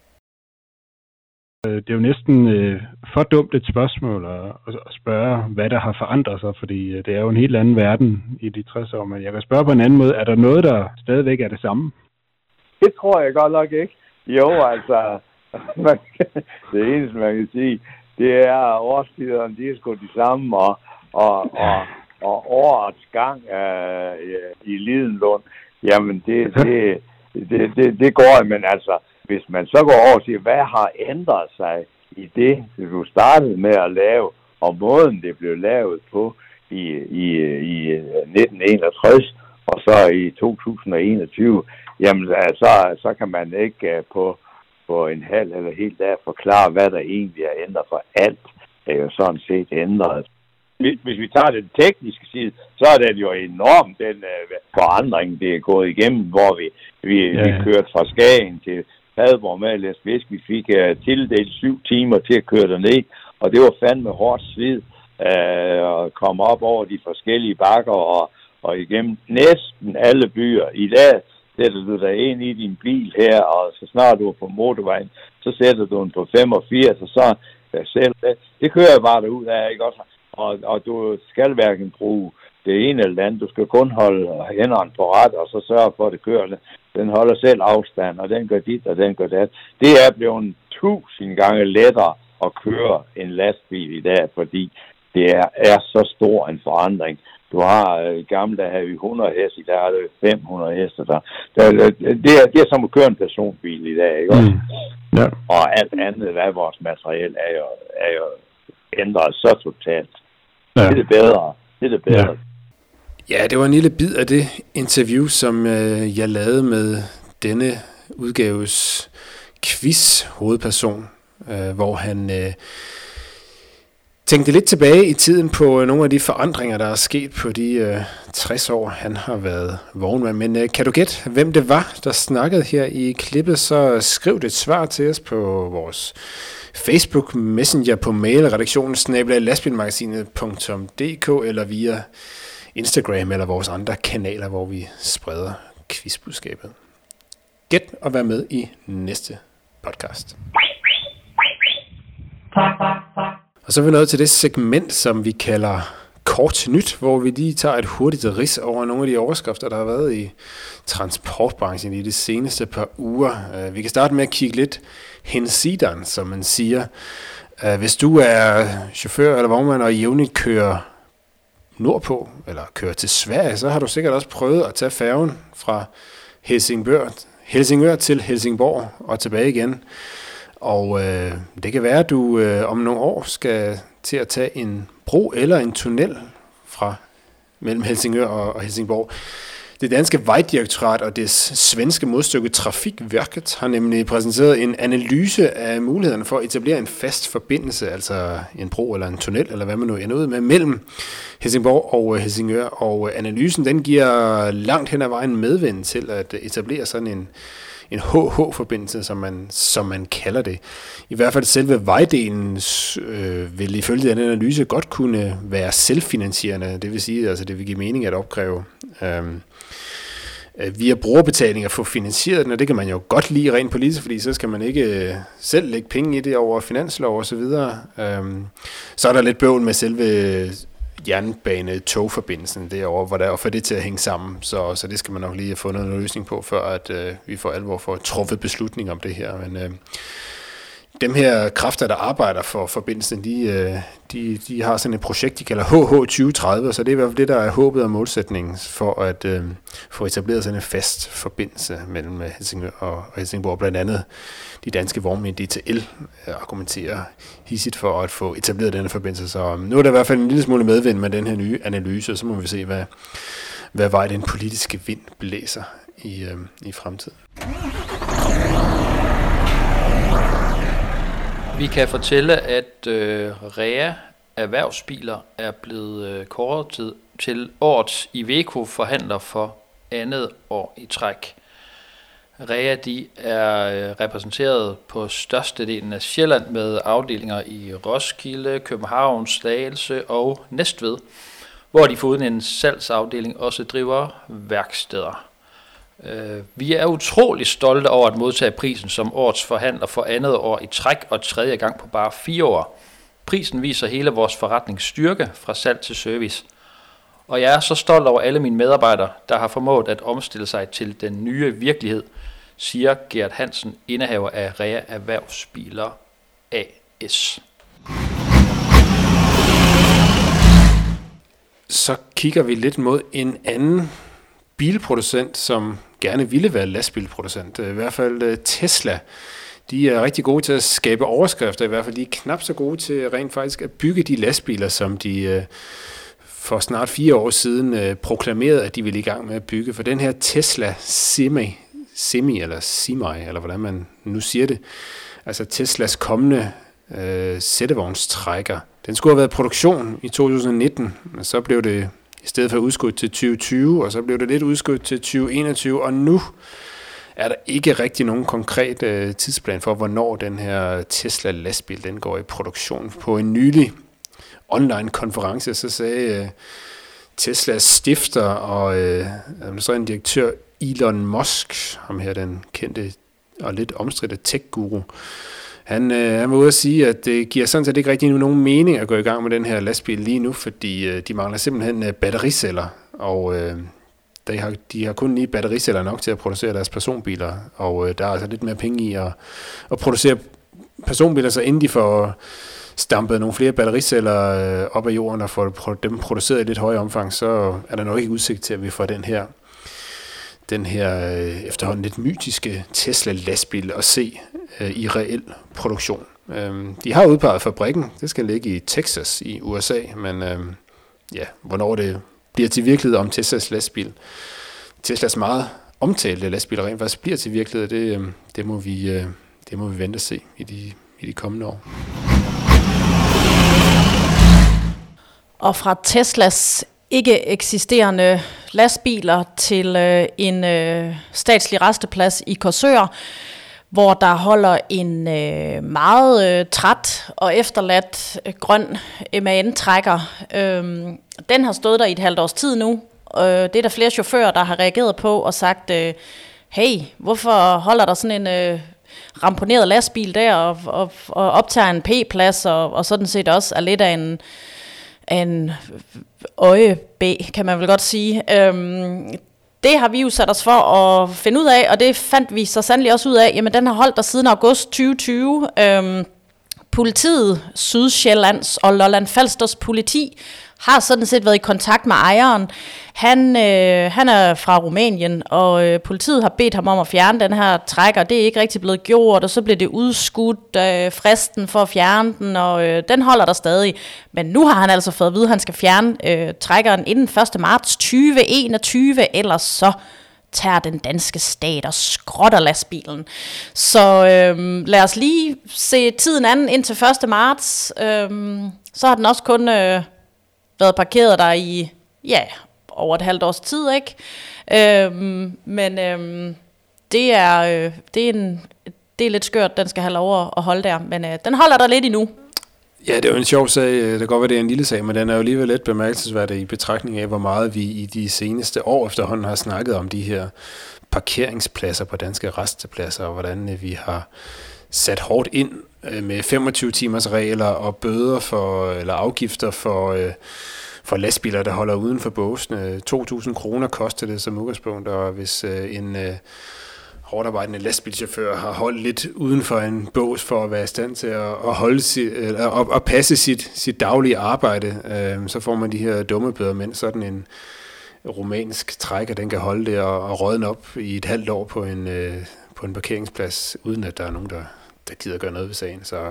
Det er jo næsten øh, for dumt et spørgsmål at, at spørge, hvad der har forandret sig, fordi det er jo en helt anden verden i de tres år. Men jeg kan spørge på en anden måde, er der noget, der stadigvæk er det samme? Det tror jeg godt nok ikke. Jo, altså, man, det eneste, man kan sige, det er, at årstiderne, de er sgu de samme, og, og, og, og årets gang øh, i Lidenlund, jamen, det, det, det, det, det går, men altså, hvis man så går over og siger, hvad har ændret sig i det, du startede med at lave, og måden det blev lavet på i, i, i nitten enogtres, og så i to tusind og enogtyve, jamen så, så kan man ikke uh, på, på en halv eller helt dag forklare, hvad der egentlig er ændret, for alt er jo sådan set ændret. Hvis, hvis vi tager den tekniske side, så er det jo enormt den uh, forandring, det er gået igennem, hvor vi, vi, ja. vi kørte fra Skagen til Padborg med at læse fisk. Vi fik uh, tildelt syv timer til at køre derned, og det var fandme hårdt slid uh, at komme op over de forskellige bakker og og igennem næsten alle byer. I dag sætter du dig ind i din bil her, og så snart du er på motorvejen, så sætter du den på femogfirs, og så ja, selv, det kører jeg bare derud af, ikke også? Og, og du skal hverken bruge det ene eller det andet. Du skal kun holde hænderne på ret, og så sørge for, at det kører. Den holder selv afstand, og den gør dit, og den gør det. Det er blevet tusind gange lettere at køre en lastbil i dag, fordi det er, er så stor en forandring. Du har i gamle dage havde vi hundrede heste, i dag er det fem hundrede heste. Der. Der, det, er, det er som at køre en personbil i dag, ikke også? Mm. Ja. Og alt andet af vores materiel er jo, er jo ændret så totalt. Ja. Det er det bedre. Det er det bedre. Ja. ja, det var en lille bid af det interview, som øh, jeg lavede med denne udgaves quiz-hovedperson, øh, hvor han... Øh, tænkte lidt tilbage i tiden på nogle af de forandringer, der er sket på de øh, tres år, han har været vognmand. Men øh, kan du gætte, hvem det var, der snakkede her i klippet, så skriv et svar til os på vores Facebook Messenger på mailredaktionen snabel-a lastbilmagasinet punktum d k eller via Instagram eller vores andre kanaler, hvor vi spreder quizbudskabet. Gæt og vær med i næste podcast. Og så er vi nået til det segment, som vi kalder Kort Nyt, hvor vi lige tager et hurtigt rids over nogle af de overskrifter, der har været i transportbranchen i de seneste par uger. Vi kan starte med at kigge lidt hensideren, som man siger. Hvis du er chauffør eller vognmand og jævnligt kører nordpå, eller kører til Sverige, så har du sikkert også prøvet at tage færgen fra Helsingør, Helsingør til Helsingborg og tilbage igen. Og øh, det kan være, at du øh, om nogle år skal til at tage en bro eller en tunnel fra mellem Helsingør og, og Helsingborg. Det danske Vejdirektorat og det svenske modstykke Trafikverket har nemlig præsenteret en analyse af mulighederne for at etablere en fast forbindelse, altså en bro eller en tunnel, eller hvad man nu ender ud med, mellem Helsingborg og Helsingør. Og analysen den giver langt hen ad vejen medvind til at etablere sådan en en H H-forbindelse, som man, som man kalder det. I hvert fald selve vejdelen øh, vil ifølge den analyse godt kunne være selvfinansierende, det vil sige, altså det vil give mening at opkræve øh, via brugerbetaling at få finansieret den, og det kan man jo godt lide rent politisk, fordi så skal man ikke øh, selv lægge penge i det over finanslov og så videre. Øh, så er der lidt bøvl med selve jernbane-togforbindelsen derovre, hvor der er for det til at hænge sammen, så, så det skal man nok lige have fundet en løsning på, før at øh, vi får alvor for at træffe beslutning om det her. Men øh, dem her kræfter, der arbejder for forbindelsen, de, øh, de, de har sådan et projekt, de kalder H H tyve tredive, så det er i hvert fald det, der er håbet og målsætningen for at øh, få etableret sådan en fast forbindelse mellem Helsingør og Helsingborg. Blandt andet de danske vognmænd D T L argumenterer hissigt for at få etableret denne forbindelse. Så nu er der i hvert fald en lille smule medvind med den her nye analyse, og så må vi se, hvad, hvad vej den politiske vind blæser i, øh, i fremtiden. Vi kan fortælle, at øh, Rea Erhvervsbiler er blevet øh, kåret til, til årets Iveco-forhandler for andet år i træk. Rea de er øh, repræsenteret på størstedelen af Sjælland med afdelinger i Roskilde, København, Slagelse og Næstved, hvor de foruden en salgsafdeling også driver værksteder. Vi er utrolig stolte over at modtage prisen som årets forhandler for andet år i træk og tredje gang på bare fire år. Prisen viser hele vores forretnings styrke fra salg til service. Og jeg er så stolt over alle mine medarbejdere, der har formået at omstille sig til den nye virkelighed, siger Gert Hansen, indehaver af Rea Erhvervsbiler A S. Så kigger vi lidt mod en anden bilproducent, som gerne ville være lastbilproducent. I hvert fald Tesla. De er rigtig gode til at skabe overskrifter. I hvert fald de er knap så gode til rent faktisk at bygge de lastbiler, som de for snart fire år siden proklamerede, at de ville i gang med at bygge. For den her Tesla Semi, Semi eller Semi, eller hvordan man nu siger det, altså Teslas kommende øh, sættevognstrækker, den skulle have været produktion i to tusind nitten, og så blev det i stedet for udskudt til tyve tyve, og så blev det lidt udskudt til tyve enogtyve, og nu er der ikke rigtig nogen konkret øh, tidsplan for, hvornår den her Tesla lastbil den går i produktion. På en nylig online konference, så sagde øh, Teslas stifter og øh, administrerende direktør Elon Musk, ham her den kendte og lidt omstridte tech-guru, Han, øh, han var ude at sige, at det giver sådan set ikke rigtig nogen mening at gå i gang med den her lastbil lige nu, fordi øh, de mangler simpelthen øh, battericeller, og øh, de, har, de har kun lige battericeller nok til at producere deres personbiler, og øh, der er altså lidt mere penge i at, at producere personbiler, så inden de får stampet nogle flere battericeller øh, op af jorden og får dem produceret i lidt højere omfang, så er der nok ikke udsigt til, at vi får den her den her øh, efterhånden lidt mytiske Tesla-lastbil at se øh, i reel produktion. Øh, de har udpeget fabrikken, det skal ligge i Texas i U S A, men øh, ja, hvornår det bliver til virkelighed om Teslas lastbil, Teslas meget omtalte lastbiler rent faktisk bliver til virkelighed, det, øh, det, må, vi, øh, det må vi vente at se i de, i de kommende år. Og fra Teslas ikke eksisterende lastbiler til øh, en øh, statslig resteplads i Korsør, hvor der holder en øh, meget øh, træt og efterladt øh, grøn M A N-trækker. Øhm, den har stået der i et halvt års tid nu. Øh, det er der flere chauffører, der har reageret på og sagt, øh, hey, hvorfor holder der sådan en øh, ramponeret lastbil der og, og, og optager en P-plads og, og sådan set også er lidt af en en øje-B, kan man vel godt sige. Øhm, det har vi jo sat os for at finde ud af, og det fandt vi så sandelig også ud af. Jamen, den har holdt der siden august tyve tyve. Øhm, politiet, Sydsjællands og Lolland Falsters politi, har sådan set været i kontakt med ejeren. Han, øh, han er fra Rumænien, og øh, politiet har bedt ham om at fjerne den her trækker. Det er ikke rigtig blevet gjort, og så blev det udskudt øh, fristen for at fjerne den, og øh, den holder der stadig. Men nu har han altså fået at vide, at han skal fjerne øh, trækkeren inden første marts tyve enogtyve, ellers så tager den danske stat og skrotter lastbilen. Så øh, lad os lige se tiden anden indtil første marts. Øh, så har den også kun øh, været parkeret der i, ja, over et halvt års tid, ikke? Øhm, men øhm, det er øh, det er en det er lidt skørt, den skal have lov at holde der, men øh, den holder der lidt endnu. Ja, det er jo en sjov sag. Det kan godt være, det er en lille sag, men den er jo alligevel lidt bemærkelsesværdig i betragtning af, hvor meget vi i de seneste år efterhånden har snakket om de her parkeringspladser på danske rastepladser, og hvordan vi har sat hårdt ind med femogtyve timers regler og bøder for, eller afgifter for, for lastbiler, der holder uden for båsene. to tusind kroner koster det som udgangspunkt, og hvis en hårdarbejdende lastbilchauffør har holdt lidt uden for en bås for at være i stand til at, at, holde sit, eller, at, at passe sit, sit daglige arbejde, øh, så får man de her dumme bøder, mens sådan en romansk trækker, den kan holde det og, og rådne op i et halvt år på en, øh, på en parkeringsplads, uden at der er nogen, der, der gider gøre noget ved sagen. Så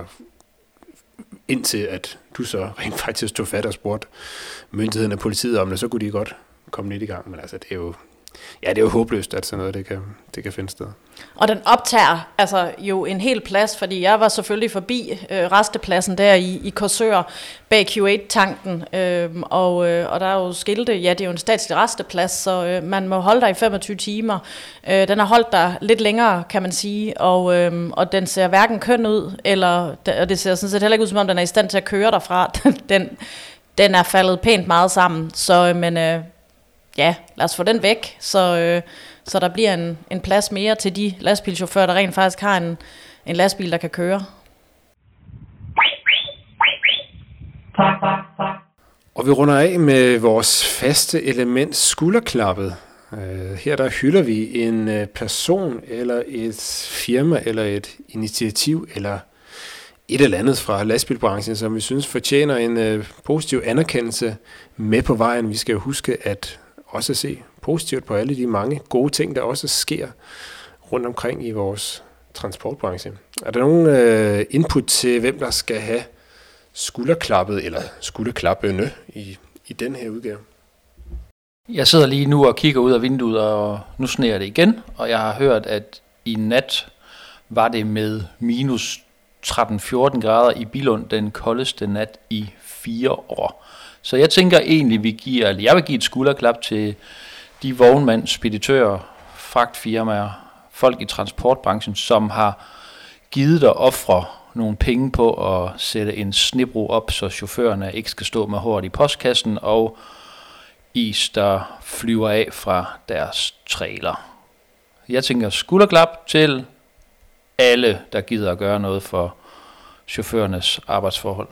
indtil at du så rent faktisk tog fat og spurgte myndigheden og politiet om det, så kunne de godt komme lidt i gang. Men altså, det er jo Ja, det er jo håbløst, at sådan noget det kan, det kan finde sted. Og den optager altså jo en hel plads, fordi jeg var selvfølgelig forbi øh, rastepladsen der i, i Korsør bag Q otte-tanken, øh, og, øh, og der er jo skilte, ja, det er jo en statslig rasteplads, så øh, man må holde der i femogtyve timer. Øh, den har holdt der lidt længere, kan man sige, og, øh, og den ser hverken køn ud, eller, og det ser sådan set heller ikke ud, som om den er i stand til at køre derfra. den, den er faldet pænt meget sammen, så men... Øh, Ja, lad os få den væk, så, øh, så der bliver en, en plads mere til de lastbilchauffører, der rent faktisk har en, en lastbil, der kan køre. Og vi runder af med vores faste element, skulderklappet. Uh, her der hylder vi en person, eller et firma, eller et initiativ, eller et eller andet fra lastbilbranchen, som vi synes fortjener en uh, positiv anerkendelse med på vejen. Vi skal jo huske at også se positivt på alle de mange gode ting, der også sker rundt omkring i vores transportbranche. Er der nogen øh, input til, hvem der skal have skulderklappet, eller skulderklappene i, i den her udgave? Jeg sidder lige nu og kigger ud af vinduet, og nu sneer det igen, og jeg har hørt, at i nat var det med minus tretten fjorten grader i Billund, den koldeste nat i fire år. Så jeg tænker egentlig, vi giver, eller jeg vil give et skulderklap til de vognmænd, speditører, fragtfirmaer, folk i transportbranchen, som har givet og ofre nogle penge på at sætte en snebro op, så chaufførerne ikke skal stå med håret i postkassen, og is, der flyver af fra deres trailer. Jeg tænker skulderklap til alle, der gider at gøre noget for chaufførernes arbejdsforhold.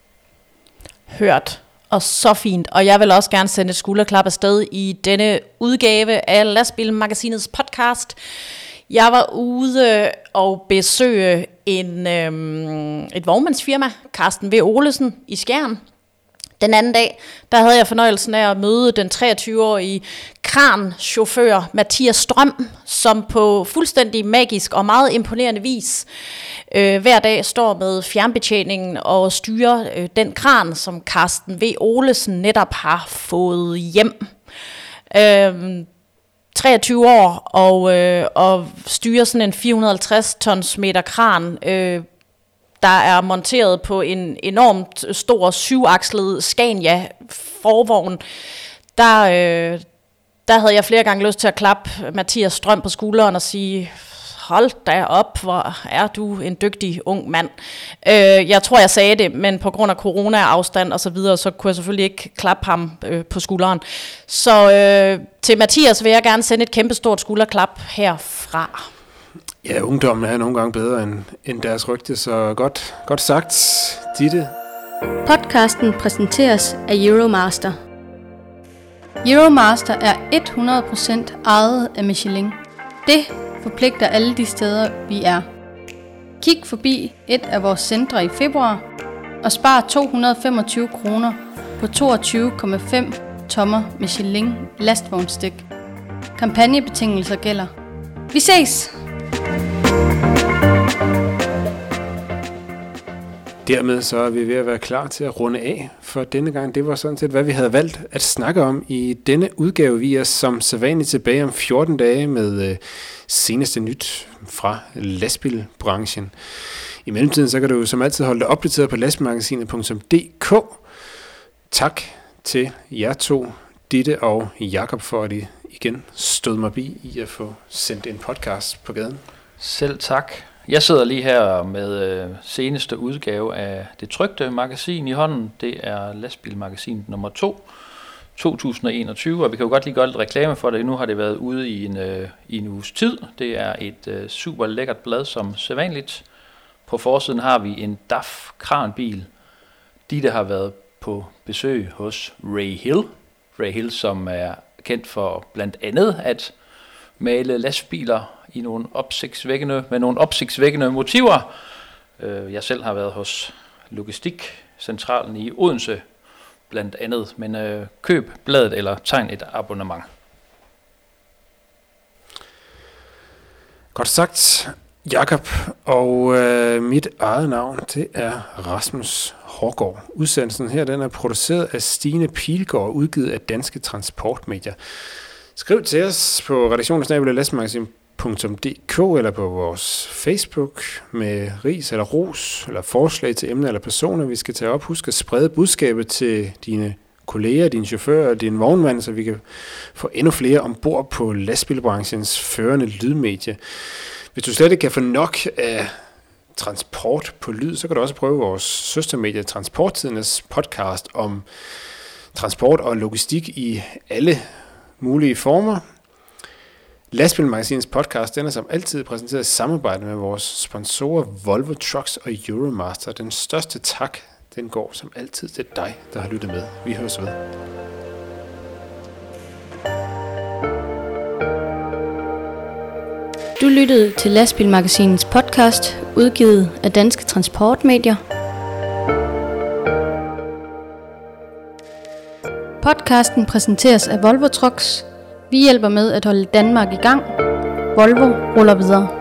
Hørt. Og så fint. Og jeg vil også gerne sende et skulderklap afsted i denne udgave af Lastbilmagasinets podcast. Jeg var ude og besøge en, øhm, et vognmandsfirma, Carsten V. Olesen i Skjern. Den anden dag, der havde jeg fornøjelsen af at møde den treogtyve-årige kranchauffør Mathias Strøm, som på fuldstændig magisk og meget imponerende vis øh, hver dag står med fjernbetjeningen og styrer øh, den kran, som Carsten V. Olesen netop har fået hjem. Øh, treogtyve år og, øh, og styrer sådan en fire hundrede og halvtreds tons meter kran, øh, der er monteret på en enormt stor syvakslet Scania forvogn. Der, øh, der havde jeg flere gange lyst til at klappe Mathias Strøm på skulderen og sige, hold da op, hvor er du en dygtig ung mand. Øh, jeg tror, jeg sagde det, men på grund af corona-afstand og så videre, så kunne jeg selvfølgelig ikke klappe ham øh, på skulderen. Så øh, til Mathias vil jeg gerne sende et kæmpestort skulderklap herfra. Ja, ungdommen er nogle gange bedre end, end deres rygte, så godt, godt sagt, Ditte. Podcasten præsenteres af Euromaster. Euromaster er hundrede procent ejet af Michelin. Det forpligter alle de steder, vi er. Kig forbi et af vores centre i februar og spar to hundrede og femogtyve kroner på toogtyve komma fem tommer Michelin lastvognsstik. Kampagnebetingelser gælder. Vi ses! Dermed så er vi ved at være klar til at runde af for denne gang. Det var sådan set, hvad vi havde valgt at snakke om i denne udgave. Vi er som sædvanligt tilbage om fjorten dage med øh, seneste nyt fra lastbilbranchen. I mellemtiden så kan du som altid holde dig opdateret på lastbilmagasinet punktum d k. Tak til jer to, Ditte og Jakob, for at I igen stod mig bi i at få sendt en podcast på gaden. Selv tak. Jeg sidder lige her med øh, seneste udgave af det trykte magasin i hånden. Det er lastbilmagasinet nummer to, to tusind og enogtyve, og vi kan jo godt lige gøre lidt reklame for det. Nu har det været ude i en, øh, i en uges tid. Det er et øh, super lækkert blad som sædvanligt. På forsiden har vi en D A F-kranbil. Ditte har været på besøg hos Ray Hill. Ray Hill, som er kendt for blandt andet at male lastbiler i nogle opsigtsvækkende, med nogle opsigtsvækkende motiver. Jeg selv har været hos Logistikcentralen i Odense, blandt andet. Men øh, køb bladet eller tegn et abonnement. Godt sagt, Jakob. Og øh, mit eget navn, det er Rasmus Hårgaard. Udsendelsen her, den er produceret af Stine Pilgaard og udgivet af Danske Transportmedier. Skriv til os på redaktionen snabel-a lastbilmagasin punktum d k eller på vores Facebook med ris eller ros eller forslag til emner eller personer, vi skal tage op. Husk at sprede budskabet til dine kolleger, dine chauffører og dine vognmænd, så vi kan få endnu flere ombord på lastbilbranchens førende lydmedie. Hvis du slet ikke kan få nok af transport på lyd, så kan du også prøve vores søstermedie Transporttidens podcast om transport og logistik i alle mulige former. Lastbilmagasinets podcast, den er som altid præsenteret i samarbejde med vores sponsorer Volvo Trucks og Euromaster. Den største tak, den går som altid til dig, der har lyttet med. Vi høres ved. Du lyttede til Lastbilmagasinets podcast, udgivet af Danske Transportmedier. Podcasten præsenteres af Volvo Trucks. Vi hjælper med at holde Danmark i gang. Volvo ruller videre.